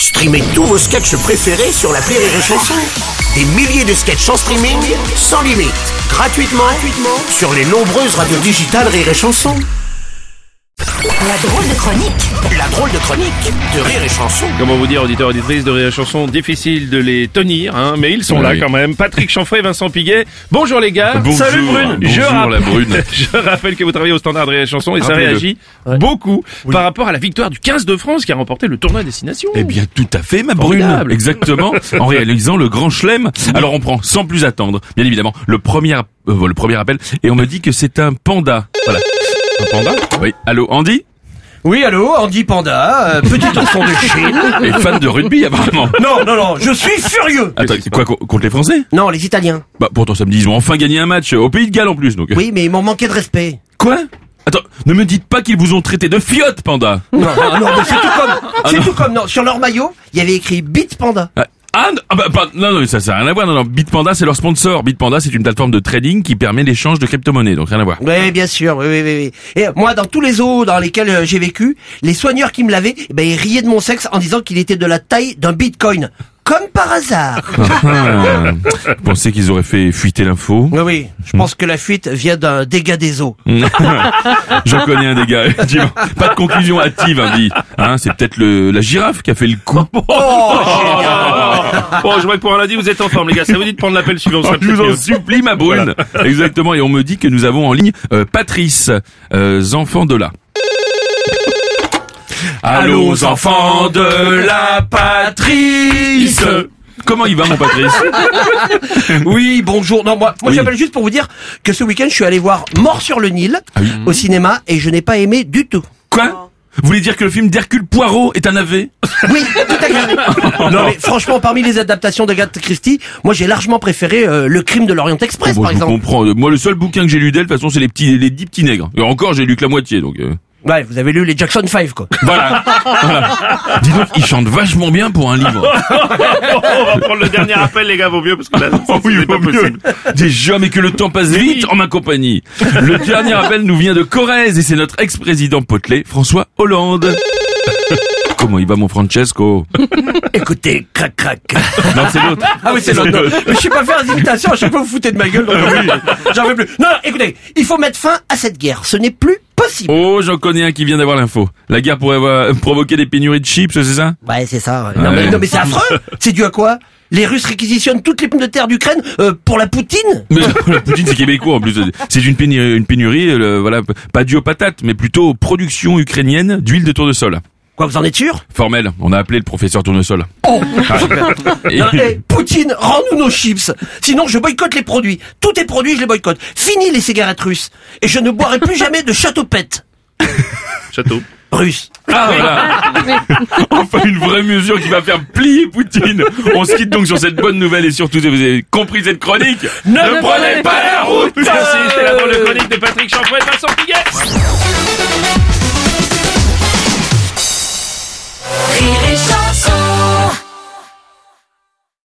Streamez tous vos sketchs préférés sur l'appli Rire et Chanson. Des milliers de sketchs en streaming, sans limite, gratuitement sur les nombreuses radios digitales Rire et Chanson. La drôle de chronique. La drôle de chronique de Rire et Chanson. Comment vous dire, auditeurs et auditrices de Rire et Chanson, difficile de les tenir, mais ils sont là quand même. Patrick Chanfray, Vincent Piguet. Bonjour les gars. Bonjour. Salut Brune. Bonjour la Brune. Je rappelle que vous travaillez au Standard de Rire et Chanson et ça réagit beaucoup par rapport à la victoire du 15 de France qui a remporté le tournoi Destination. Eh bien, tout à fait, ma Formidable. Brune. Exactement. En réalisant le grand chelem. Alors, on prend, sans plus attendre, bien évidemment, le premier appel. Et on me dit que c'est un panda. Voilà. Un panda? Oui. Allô, Andy? Oui, allô, Andy Panda, petit enfant de Chine. Et fan de rugby, apparemment. Non, je suis furieux. Attends, quoi, contre les Français? Non, les Italiens. Bah, pourtant, samedi, ils ont enfin gagné un match au Pays de Galles, en plus, donc. Oui, mais ils m'ont manqué de respect. Quoi? Attends, ne me dites pas qu'ils vous ont traité de fiotte, panda. Non, mais c'est tout comme, non, sur leur maillot, il y avait écrit Beat Panda. Non, ça n'a rien à voir. Non, Bitpanda, c'est leur sponsor. Bitpanda, c'est une plateforme de trading qui permet l'échange de crypto-monnaies, donc rien à voir. Oui, bien sûr, oui. Et moi, dans tous les zoos dans lesquels j'ai vécu, les soigneurs qui me lavaient, ils riaient de mon sexe en disant qu'il était de la taille d'un bitcoin. Comme par hasard. Vous pensez qu'ils auraient fait fuiter l'info? Oui, je pense que la fuite vient d'un dégât des eaux. J'en connais un dégât, effectivement. Pas de conclusion hâtive, Andy. C'est peut-être la girafe qui a fait le coup. Bon, je vois que pour un lundi, vous êtes en forme, les gars. Ça vous dit de prendre l'appel suivant. Je vous en supplie, ma Brune. Voilà. Exactement. Et on me dit que nous avons en ligne Patrice, enfant de là. Allô, enfants de la Patrice. Comment il va, mon Patrice? Oui, bonjour. Non, moi j'appelle juste pour vous dire que ce week-end, je suis allé voir Mort sur le Nil au cinéma et je n'ai pas aimé du tout. Quoi? Vous voulez dire que le film d'Hercule Poirot est un navet? Oui, tout à fait. Non, mais franchement, parmi les adaptations d'Agatha Christie, moi j'ai largement préféré Le Crime de l'Orient Express, par exemple. Je comprends. Moi, le seul bouquin que j'ai lu d'elle, de toute façon, c'est les 10 petits nègres. Et encore, j'ai lu que la moitié, donc. Ouais, vous avez lu les Jackson 5, quoi. Voilà. Dis donc, il chante vachement bien pour un livre. On va prendre le dernier appel, les gars, vaut mieux, parce que là, c'est pas possible. Dis jamais que le temps passe vite en ma compagnie. Le dernier appel nous vient de Corrèze et c'est notre ex-président potelé, François Hollande. Comment il va, mon Francesco? Écoutez, crac. Non, c'est l'autre. Ah oui, c'est l'autre. Mais je sais pas faire des imitations, à chaque fois vous foutez de ma gueule. Donc j'en veux plus. Non, écoutez, il faut mettre fin à cette guerre. Ce n'est plus possible. Oh, j'en connais un qui vient d'avoir l'info. La guerre pourrait provoquer des pénuries de chips, c'est ça? Ouais, c'est ça. Ouais. Non, mais c'est affreux. C'est dû à quoi? Les Russes réquisitionnent toutes les pommes de terre d'Ukraine pour la Poutine. Mais la Poutine, c'est québécois en plus. C'est une pénurie, voilà, pas due aux patates, mais plutôt aux productions ukrainiennes d'huile de tournesol. Quoi, vous en êtes sûr? Formel, on a appelé le professeur Tournesol. Oh, super. Poutine, rends-nous nos chips. Sinon, je boycotte les produits. Tous tes produits, je les boycotte. Fini les cigarettes russes. Et je ne boirai plus jamais de château pète. Château. Russe. Ah, voilà. Enfin, une vraie mesure qui va faire plier Poutine. On se quitte donc sur cette bonne nouvelle et surtout, si vous avez compris cette chronique, ne prenez pas la route. Merci, c'était la drôle de chronique de Patrick Chanfray et Vincent Piguet.